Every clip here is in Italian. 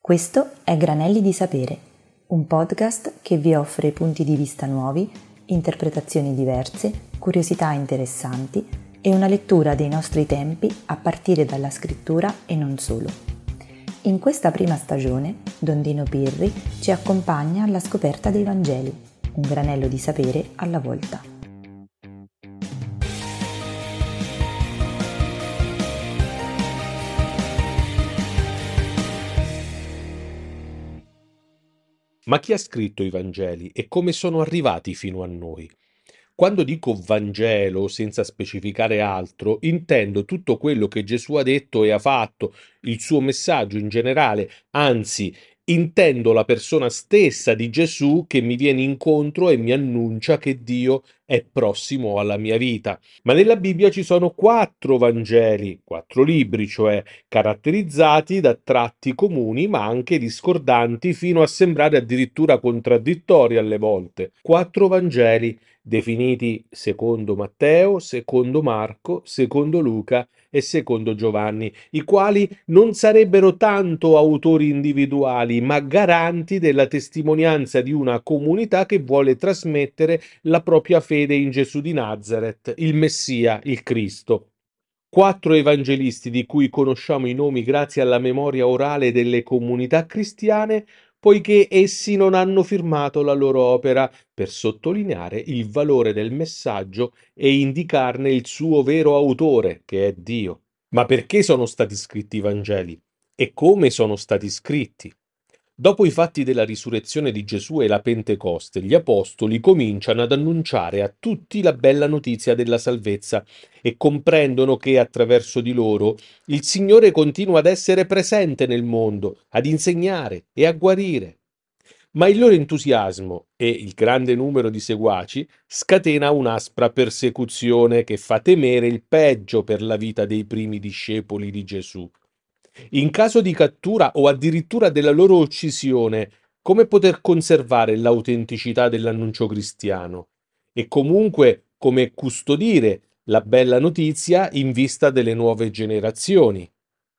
Questo è Granelli di Sapere, un podcast che vi offre punti di vista nuovi, interpretazioni diverse, curiosità interessanti e una lettura dei nostri tempi a partire dalla scrittura e non solo. In questa prima stagione, Don Dino Pirri ci accompagna alla scoperta dei Vangeli, un granello di sapere alla volta. Ma chi ha scritto i Vangeli e come sono arrivati fino a noi? Quando dico Vangelo senza specificare altro, intendo tutto quello che Gesù ha detto e ha fatto, il suo messaggio in generale, anzi, intendo la persona stessa di Gesù che mi viene incontro e mi annuncia che Dio è prossimo alla mia vita. Ma nella Bibbia ci sono 4 Vangeli, 4 libri, cioè caratterizzati da tratti comuni ma anche discordanti fino a sembrare addirittura contraddittori alle volte. 4 Vangeli definiti secondo Matteo, secondo Marco, secondo Luca e secondo Giovanni, i quali non sarebbero tanto autori individuali, ma garanti della testimonianza di una comunità che vuole trasmettere la propria fede in Gesù di Nazareth, il Messia, il Cristo. 4 evangelisti di cui conosciamo i nomi grazie alla memoria orale delle comunità cristiane, poiché essi non hanno firmato la loro opera per sottolineare il valore del messaggio e indicarne il suo vero autore, che è Dio. Ma perché sono stati scritti i Vangeli? E come sono stati scritti? Dopo i fatti della risurrezione di Gesù e la Pentecoste, gli apostoli cominciano ad annunciare a tutti la bella notizia della salvezza e comprendono che attraverso di loro il Signore continua ad essere presente nel mondo, ad insegnare e a guarire. Ma il loro entusiasmo e il grande numero di seguaci scatena un'aspra persecuzione che fa temere il peggio per la vita dei primi discepoli di Gesù. In caso di cattura o addirittura della loro uccisione, come poter conservare l'autenticità dell'annuncio cristiano? E comunque come custodire la bella notizia in vista delle nuove generazioni?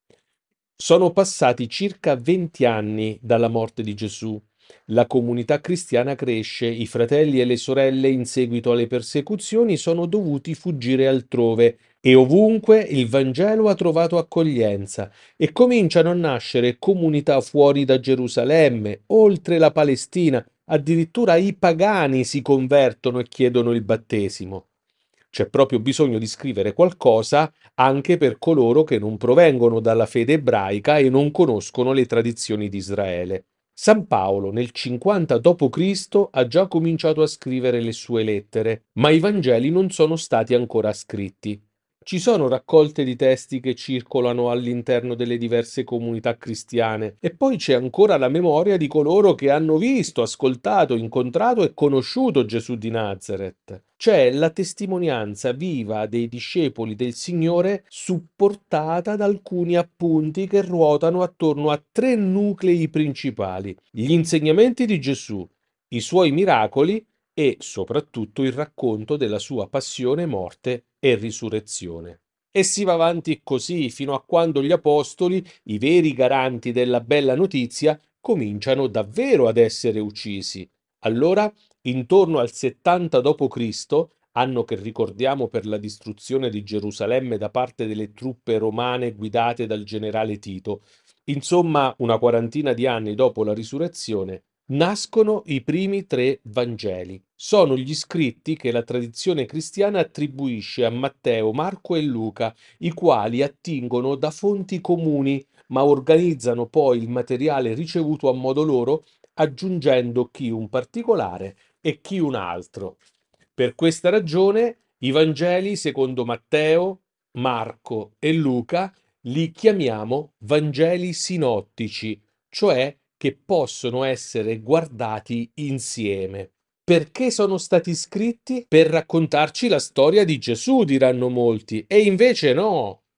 Sono passati circa 20 anni dalla morte di Gesù. La comunità cristiana cresce, i fratelli e le sorelle in seguito alle persecuzioni sono dovuti fuggire altrove e ovunque il Vangelo ha trovato accoglienza e cominciano a nascere comunità fuori da Gerusalemme, oltre la Palestina, addirittura i pagani si convertono e chiedono il battesimo. C'è proprio bisogno di scrivere qualcosa anche per coloro che non provengono dalla fede ebraica e non conoscono le tradizioni di Israele. San Paolo nel 50 d.C. ha già cominciato a scrivere le sue lettere, ma i Vangeli non sono stati ancora scritti. Ci sono raccolte di testi che circolano all'interno delle diverse comunità cristiane e poi c'è ancora la memoria di coloro che hanno visto, ascoltato, incontrato e conosciuto Gesù di Nazareth. C'è la testimonianza viva dei discepoli del Signore supportata da alcuni appunti che ruotano attorno a 3 nuclei principali: gli insegnamenti di Gesù, i suoi miracoli e soprattutto il racconto della sua passione, morte e risurrezione. E si va avanti così fino a quando gli apostoli, i veri garanti della bella notizia, cominciano davvero ad essere uccisi. Allora, intorno al 70 d.C., anno che ricordiamo per la distruzione di Gerusalemme da parte delle truppe romane guidate dal generale Tito, insomma una quarantina di anni dopo la risurrezione, nascono i primi 3 Vangeli. Sono gli scritti che la tradizione cristiana attribuisce a Matteo, Marco e Luca, i quali attingono da fonti comuni, ma organizzano poi il materiale ricevuto a modo loro, aggiungendo chi un particolare e chi un altro. Per questa ragione, i Vangeli, secondo Matteo, Marco e Luca, li chiamiamo Vangeli sinottici, cioè che possono essere guardati insieme. Perché sono stati scritti? Per raccontarci la storia di Gesù, diranno molti, e invece no.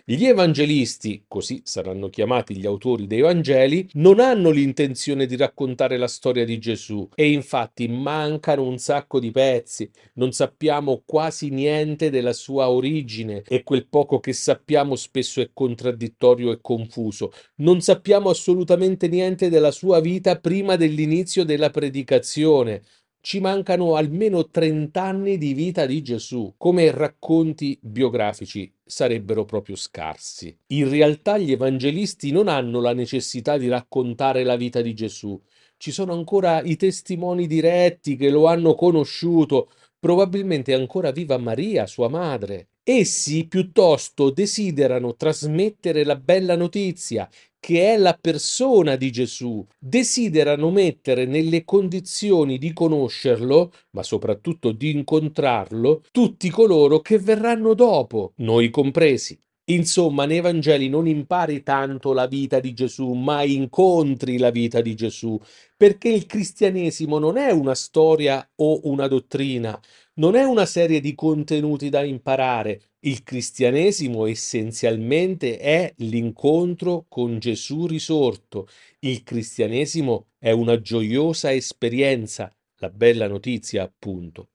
Gli evangelisti, così saranno chiamati gli autori dei Vangeli, non hanno l'intenzione di raccontare la storia di Gesù e infatti mancano un sacco di pezzi, non sappiamo quasi niente della sua origine e quel poco che sappiamo spesso è contraddittorio e confuso. Non sappiamo assolutamente niente della sua vita prima dell'inizio della predicazione. Ci mancano almeno 30 anni di vita di Gesù, come racconti biografici sarebbero proprio scarsi. In realtà gli evangelisti non hanno la necessità di raccontare la vita di Gesù. Ci sono ancora i testimoni diretti che lo hanno conosciuto, probabilmente è ancora viva Maria, sua madre. Essi piuttosto desiderano trasmettere la bella notizia, che è la persona di Gesù, desiderano mettere nelle condizioni di conoscerlo, ma soprattutto di incontrarlo, tutti coloro che verranno dopo, noi compresi. Insomma, nei Vangeli non impari tanto la vita di Gesù, ma incontri la vita di Gesù, perché il cristianesimo non è una storia o una dottrina, non è una serie di contenuti da imparare. Il cristianesimo essenzialmente è l'incontro con Gesù risorto. Il cristianesimo è una gioiosa esperienza, la bella notizia, appunto.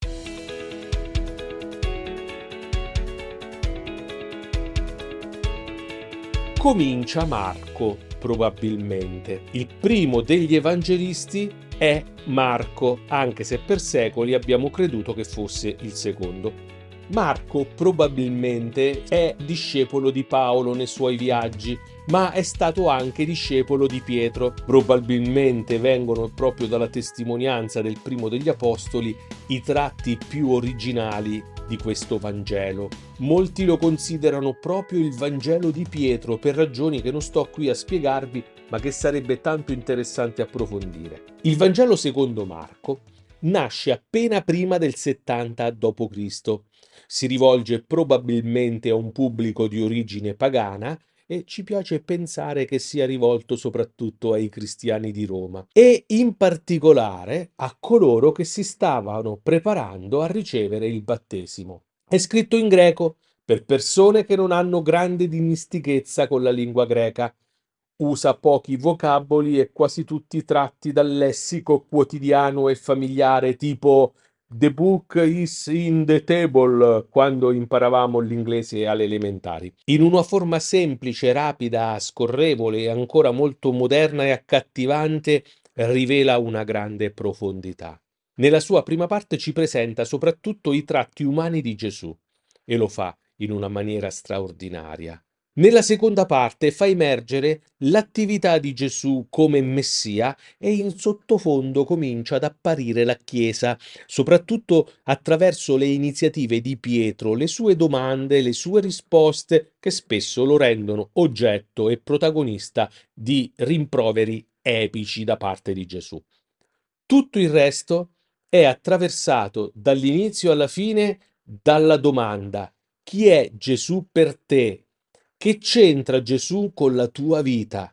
Comincia Marco, probabilmente. Il primo degli evangelisti è Marco, anche se per secoli abbiamo creduto che fosse il secondo. Marco probabilmente è discepolo di Paolo nei suoi viaggi, ma è stato anche discepolo di Pietro. Probabilmente vengono proprio dalla testimonianza del primo degli apostoli i tratti più originali di questo Vangelo. Molti lo considerano proprio il Vangelo di Pietro per ragioni che non sto qui a spiegarvi, ma che sarebbe tanto interessante approfondire. Il Vangelo secondo Marco nasce appena prima del 70 d.C. Si rivolge probabilmente a un pubblico di origine pagana e ci piace pensare che sia rivolto soprattutto ai cristiani di Roma e in particolare a coloro che si stavano preparando a ricevere il battesimo. È scritto in greco per persone che non hanno grande dimestichezza con la lingua greca. Usa pochi vocaboli e quasi tutti tratti dal lessico quotidiano e familiare, tipo The book is in the table, quando imparavamo l'inglese alle elementari. In una forma semplice, rapida, scorrevole e ancora molto moderna e accattivante, rivela una grande profondità. Nella sua prima parte ci presenta soprattutto i tratti umani di Gesù e lo fa in una maniera straordinaria. Nella seconda parte fa emergere l'attività di Gesù come Messia e in sottofondo comincia ad apparire la Chiesa, soprattutto attraverso le iniziative di Pietro, le sue domande, le sue risposte, che spesso lo rendono oggetto e protagonista di rimproveri epici da parte di Gesù. Tutto il resto è attraversato dall'inizio alla fine dalla domanda: chi è Gesù per te? Che c'entra Gesù con la tua vita?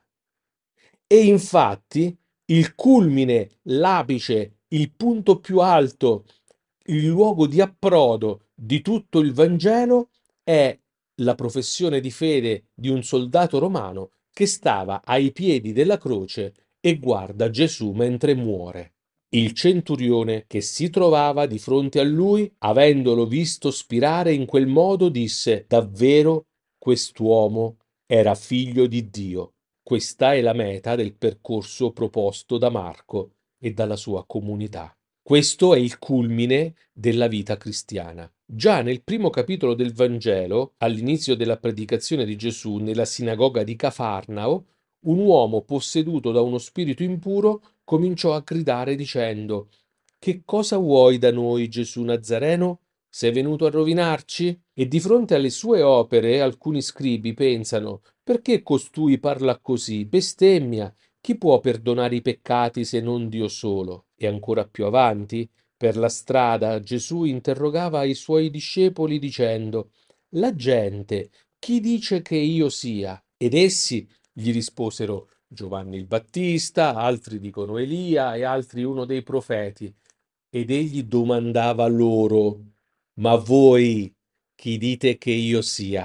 E infatti il culmine, l'apice, il punto più alto, il luogo di approdo di tutto il Vangelo è la professione di fede di un soldato romano che stava ai piedi della croce e guarda Gesù mentre muore. Il centurione che si trovava di fronte a lui, avendolo visto spirare in quel modo, disse: davvero quest'uomo era figlio di Dio. Questa è la meta del percorso proposto da Marco e dalla sua comunità. Questo è il culmine della vita cristiana. Già nel primo capitolo del Vangelo, all'inizio della predicazione di Gesù nella sinagoga di Cafarnao, un uomo posseduto da uno spirito impuro cominciò a gridare dicendo: che cosa vuoi da noi, Gesù Nazareno? Sei venuto a rovinarci? E di fronte alle sue opere alcuni scribi pensano: perché costui parla così? Bestemmia! Chi può perdonare i peccati se non Dio solo? E ancora più avanti, per la strada, Gesù interrogava i suoi discepoli dicendo: la gente, chi dice che io sia? Ed essi gli risposero: Giovanni il Battista, altri dicono Elia e altri uno dei profeti. Ed egli domandava loro: ma voi chi dite che io sia?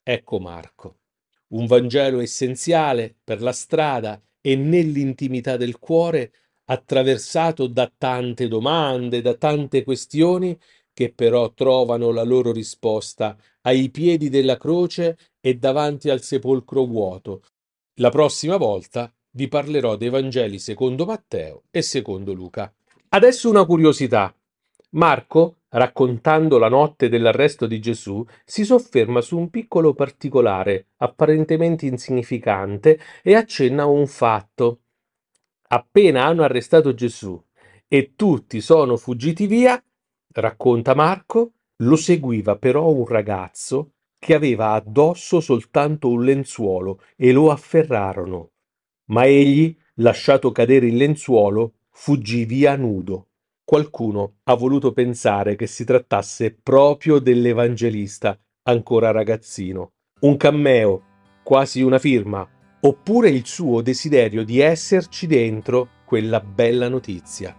Ecco Marco, un Vangelo essenziale per la strada e nell'intimità del cuore, attraversato da tante domande, da tante questioni che però trovano la loro risposta ai piedi della croce e davanti al sepolcro vuoto. La prossima volta vi parlerò dei Vangeli secondo Matteo e secondo Luca. Adesso una curiosità. Marco, raccontando la notte dell'arresto di Gesù, si sofferma su un piccolo particolare, apparentemente insignificante, e accenna a un fatto. Appena hanno arrestato Gesù e tutti sono fuggiti via, racconta Marco, lo seguiva però un ragazzo che aveva addosso soltanto un lenzuolo e lo afferrarono. Ma egli, lasciato cadere il lenzuolo, fuggì via nudo. Qualcuno ha voluto pensare che si trattasse proprio dell'Evangelista, ancora ragazzino. Un cammeo, quasi una firma, oppure il suo desiderio di esserci dentro quella bella notizia.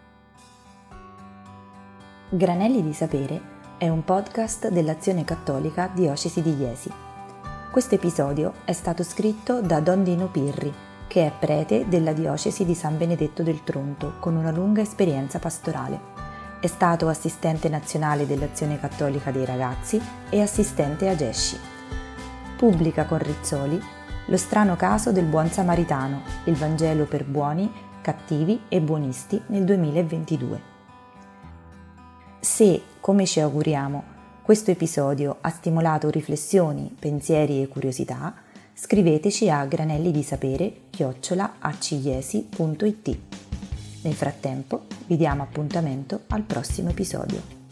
Granelli di Sapere è un podcast dell'Azione Cattolica Diocesi di Jesi. Questo episodio è stato scritto da Don Dino Pirri, che è prete della Diocesi di San Benedetto del Tronto, con una lunga esperienza pastorale. È stato assistente nazionale dell'Azione Cattolica dei Ragazzi e assistente a Gesci. Pubblica con Rizzoli Lo strano caso del buon samaritano, il Vangelo per buoni, cattivi e buonisti nel 2022. Se, come ci auguriamo, questo episodio ha stimolato riflessioni, pensieri e curiosità, scriveteci a granellidisapere@acigliesi.it. Nel frattempo vi diamo appuntamento al prossimo episodio.